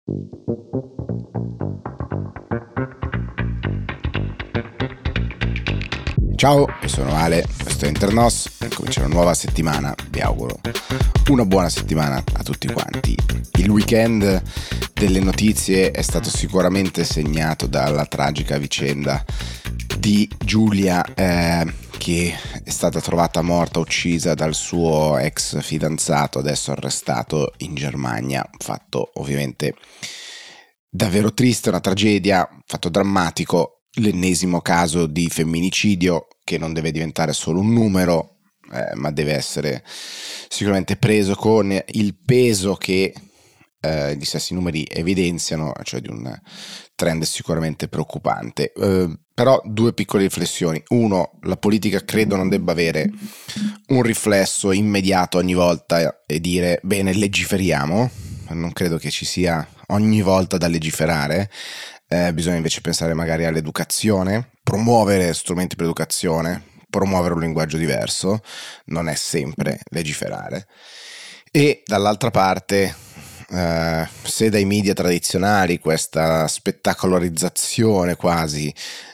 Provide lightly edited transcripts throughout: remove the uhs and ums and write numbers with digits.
Ciao, io sono Ale, questo è Internos, comincia una nuova settimana, vi auguro una buona settimana a tutti quanti. Il weekend delle notizie è stato sicuramente segnato dalla tragica vicenda di Giulia, che è stata trovata morta, uccisa dal suo ex fidanzato, adesso arrestato in Germania. Fatto ovviamente davvero triste, una tragedia, fatto drammatico, l'ennesimo caso di femminicidio che non deve diventare solo un numero, ma deve essere sicuramente preso con il peso che gli stessi numeri evidenziano, cioè di un trend sicuramente preoccupante. Però due piccole riflessioni. Uno, la politica credo non debba avere un riflesso immediato ogni volta e dire bene, legiferiamo. Non credo che ci sia ogni volta da legiferare. Bisogna invece pensare magari all'educazione, promuovere strumenti per educazione, promuovere un linguaggio diverso, non è sempre legiferare. E dall'altra parte, se dai media tradizionali questa spettacolarizzazione quasi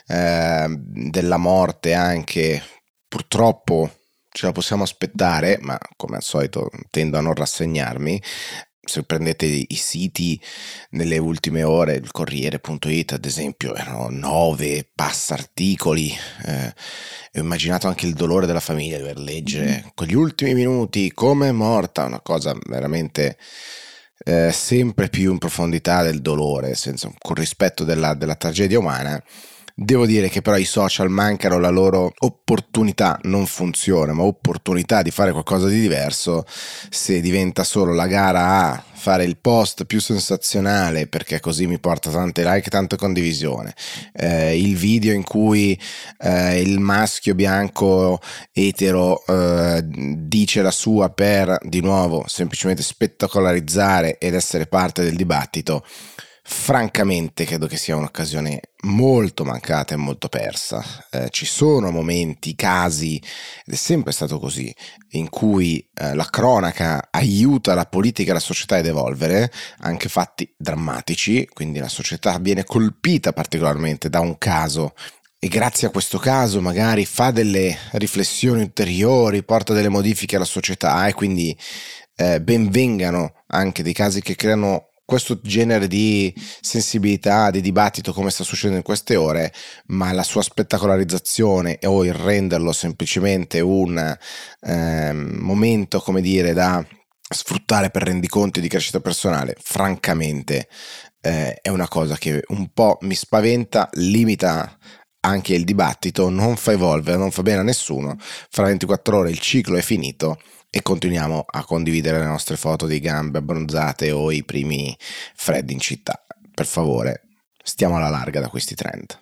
della morte anche purtroppo ce la possiamo aspettare, ma come al solito tendo a non rassegnarmi. Se prendete i siti nelle ultime ore, il Corriere.it ad esempio, erano 9 passa articoli, ho immaginato anche il dolore della famiglia di dover leggere quegli ultimi minuti come è morta, una cosa veramente sempre più in profondità del dolore, con rispetto della tragedia umana. Devo dire che però i social mancano la loro opportunità, non funziona, ma opportunità di fare qualcosa di diverso se diventa solo la gara a fare il post più sensazionale perché così mi porta tante like, tante condivisione, il video in cui il maschio bianco etero dice la sua per di nuovo semplicemente spettacolarizzare ed essere parte del dibattito. Francamente credo che sia un'occasione molto mancata e molto persa. Ci sono momenti, casi, ed è sempre stato così, in cui la cronaca aiuta la politica e la società ad evolvere, anche fatti drammatici, quindi la società viene colpita particolarmente da un caso e grazie a questo caso magari fa delle riflessioni ulteriori, porta delle modifiche alla società e quindi ben vengano anche dei casi che creano questo genere di sensibilità, di dibattito come sta succedendo in queste ore, ma la sua spettacolarizzazione o il renderlo semplicemente un momento, come dire, da sfruttare per rendiconti di crescita personale, francamente è una cosa che un po' mi spaventa, limita anche il dibattito, non fa evolvere, non fa bene a nessuno. Fra 24 ore il ciclo è finito e continuiamo a condividere le nostre foto di gambe abbronzate o i primi freddi in città. Per favore, stiamo alla larga da questi trend.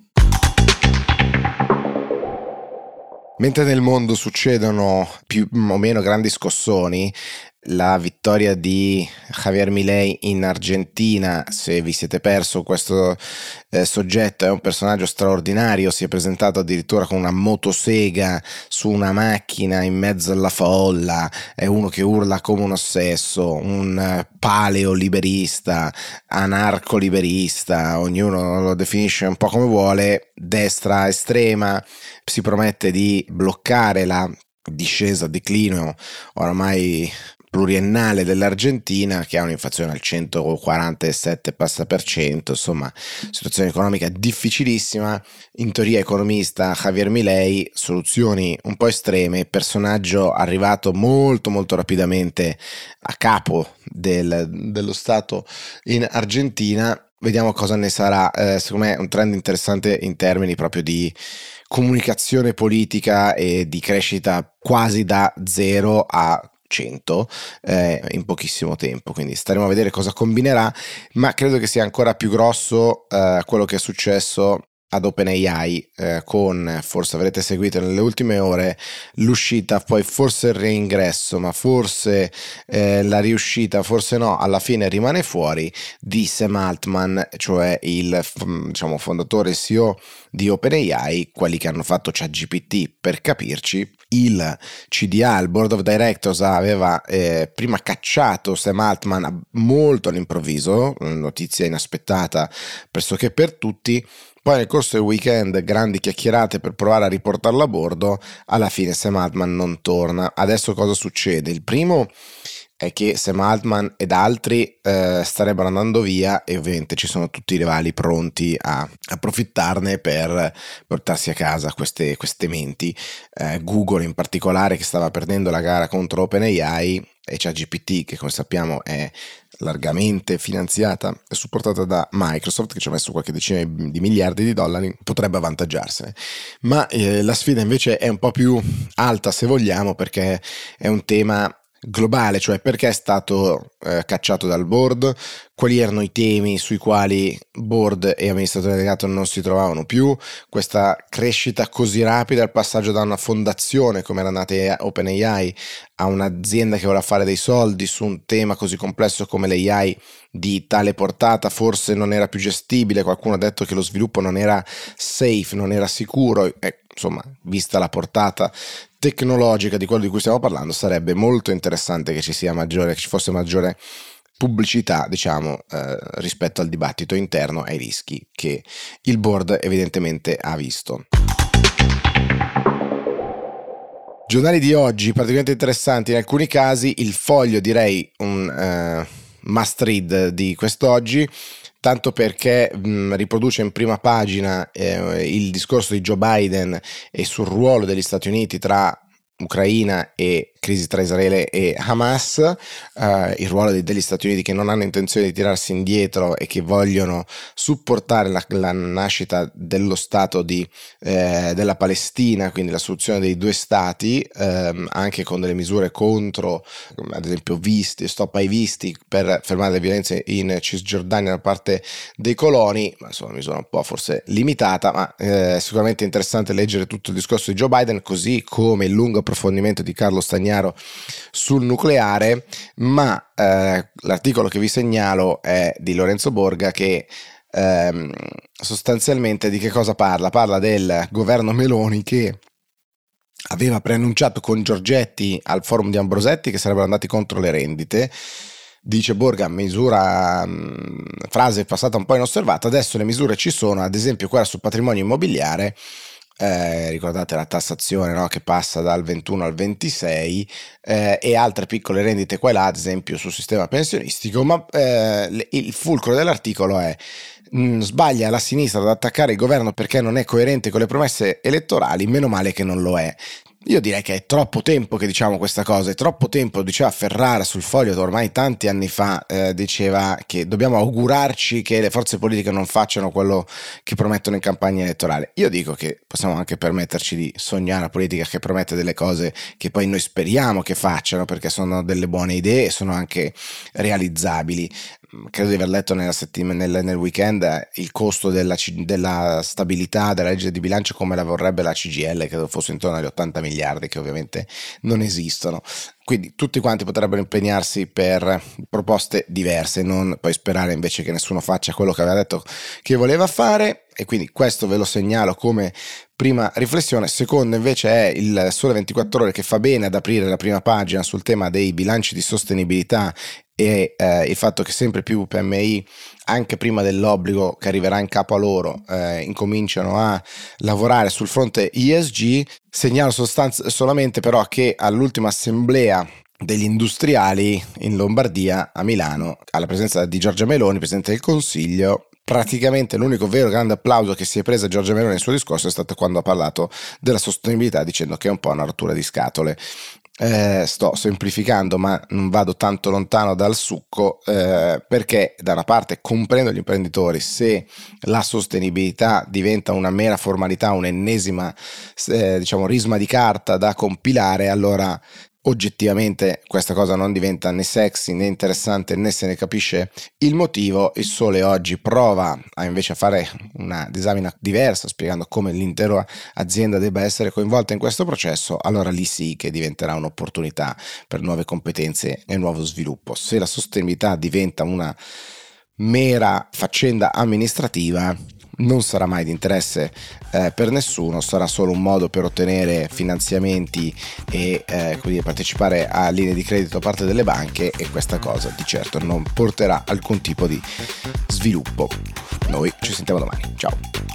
Mentre nel mondo succedono più o meno grandi scossoni, la vittoria di Javier Milei in Argentina, se vi siete perso questo soggetto è un personaggio straordinario, si è presentato addirittura con una motosega su una macchina in mezzo alla folla, è uno che urla come un ossesso, un paleoliberista, anarcoliberista, ognuno lo definisce un po' come vuole, destra estrema, si promette di bloccare la discesa, declino oramai pluriennale dell'Argentina, che ha un'inflazione al 147%, insomma situazione economica difficilissima. In teoria economista Javier Milei, soluzioni un po' estreme, personaggio arrivato molto molto rapidamente a capo dello Stato in Argentina. Vediamo cosa ne sarà. Secondo me è un trend interessante in termini proprio di comunicazione politica e di crescita quasi da 0 a 100 in pochissimo tempo, quindi staremo a vedere cosa combinerà, ma credo che sia ancora più grosso quello che è successo ad OpenAI, con, forse avrete seguito nelle ultime ore, l'uscita, poi forse il reingresso, ma forse la riuscita, forse no, alla fine rimane fuori, di Sam Altman, cioè il fondatore e CEO di OpenAI, quelli che hanno fatto ChatGPT per capirci, il CDA, il Board of Directors, aveva prima cacciato Sam Altman molto all'improvviso, notizia inaspettata pressoché per tutti. Poi nel corso del weekend grandi chiacchierate per provare a riportarlo a bordo, alla fine Sam Altman non torna. Adesso cosa succede? Il primo è che Sam Altman ed altri starebbero andando via e ovviamente ci sono tutti i rivali pronti a approfittarne per portarsi a casa queste menti. Google in particolare, che stava perdendo la gara contro OpenAI, e ChatGPT, che come sappiamo è largamente finanziata e supportata da Microsoft, che ci ha messo qualche decina di miliardi di dollari, potrebbe avvantaggiarsene. Ma la sfida invece è un po' più alta, se vogliamo, perché è un tema globale, cioè perché è stato cacciato dal board, quali erano i temi sui quali board e amministratore delegato non si trovavano più, questa crescita così rapida, il passaggio da una fondazione come era nata OpenAI a un'azienda che voleva fare dei soldi su un tema così complesso come l'AI di tale portata, forse non era più gestibile. Qualcuno ha detto che lo sviluppo non era safe, non era sicuro, insomma, vista la portata tecnologica di quello di cui stiamo parlando, sarebbe molto interessante che ci fosse maggiore pubblicità, diciamo, rispetto al dibattito interno e ai rischi che il board evidentemente ha visto. Giornali di oggi particolarmente interessanti in alcuni casi. Il Foglio, direi un must read di quest'oggi, tanto perché riproduce in prima pagina il discorso di Joe Biden e sul ruolo degli Stati Uniti tra Ucraina e crisi tra Israele e Hamas, il ruolo degli Stati Uniti che non hanno intenzione di tirarsi indietro e che vogliono supportare la nascita dello Stato della Palestina, quindi la soluzione dei due stati, anche con delle misure contro, ad esempio stop ai visti per fermare le violenze in Cisgiordania da parte dei coloni, ma insomma una misura un po' forse limitata, ma sicuramente interessante leggere tutto il discorso di Joe Biden, così come il lungo approfondimento di Carlo Stagnaro sul nucleare. Ma l'articolo che vi segnalo è di Lorenzo Borga, che sostanzialmente di che cosa parla? Parla del governo Meloni che aveva preannunciato con Giorgetti al forum di Ambrosetti che sarebbero andati contro le rendite. Dice Borga, frase passata un po' inosservata, adesso le misure ci sono, ad esempio quella sul patrimonio immobiliare. Ricordate la tassazione, no, che passa dal 21 al 26, e altre piccole rendite qua e là, ad esempio sul sistema pensionistico. Ma il fulcro dell'articolo è: sbaglia la sinistra ad attaccare il governo perché non è coerente con le promesse elettorali, meno male che non lo è. Io direi che è troppo tempo che diciamo questa cosa, è troppo tempo, diceva Ferrara sul Foglio ormai tanti anni fa, diceva che dobbiamo augurarci che le forze politiche non facciano quello che promettono in campagna elettorale. Io dico che possiamo anche permetterci di sognare una politica che promette delle cose che poi noi speriamo che facciano, perché sono delle buone idee e sono anche realizzabili. Credo di aver letto nel weekend il costo della stabilità della legge di bilancio come la vorrebbe la CGIL, credo fosse intorno agli 80 miliardi, che ovviamente non esistono. Quindi tutti quanti potrebbero impegnarsi per proposte diverse, non poi sperare invece che nessuno faccia quello che aveva detto che voleva fare. E quindi questo ve lo segnalo come prima riflessione. Secondo invece è il Sole 24 Ore, che fa bene ad aprire la prima pagina sul tema dei bilanci di sostenibilità e il fatto che sempre più PMI, anche prima dell'obbligo che arriverà in capo a loro, incominciano a lavorare sul fronte ESG. Segnalo solamente però che all'ultima assemblea degli industriali in Lombardia, a Milano, alla presenza di Giorgia Meloni, Presidente del Consiglio, praticamente l'unico vero grande applauso che si è presa Giorgia Meloni nel suo discorso è stato quando ha parlato della sostenibilità, dicendo che è un po' una rottura di scatole. Sto semplificando, ma non vado tanto lontano dal succo, perché da una parte comprendo gli imprenditori: se la sostenibilità diventa una mera formalità, un'ennesima diciamo risma di carta da compilare, allora oggettivamente questa cosa non diventa né sexy né interessante, né se ne capisce il motivo. Il Sole oggi prova invece a fare una disamina diversa, spiegando come l'intera azienda debba essere coinvolta in questo processo. Allora lì sì che diventerà un'opportunità per nuove competenze e nuovo sviluppo. Se la sostenibilità diventa una mera faccenda amministrativa, non sarà mai di interesse per nessuno, sarà solo un modo per ottenere finanziamenti e quindi partecipare a linee di credito da parte delle banche, e questa cosa di certo non porterà alcun tipo di sviluppo. Noi ci sentiamo domani, ciao.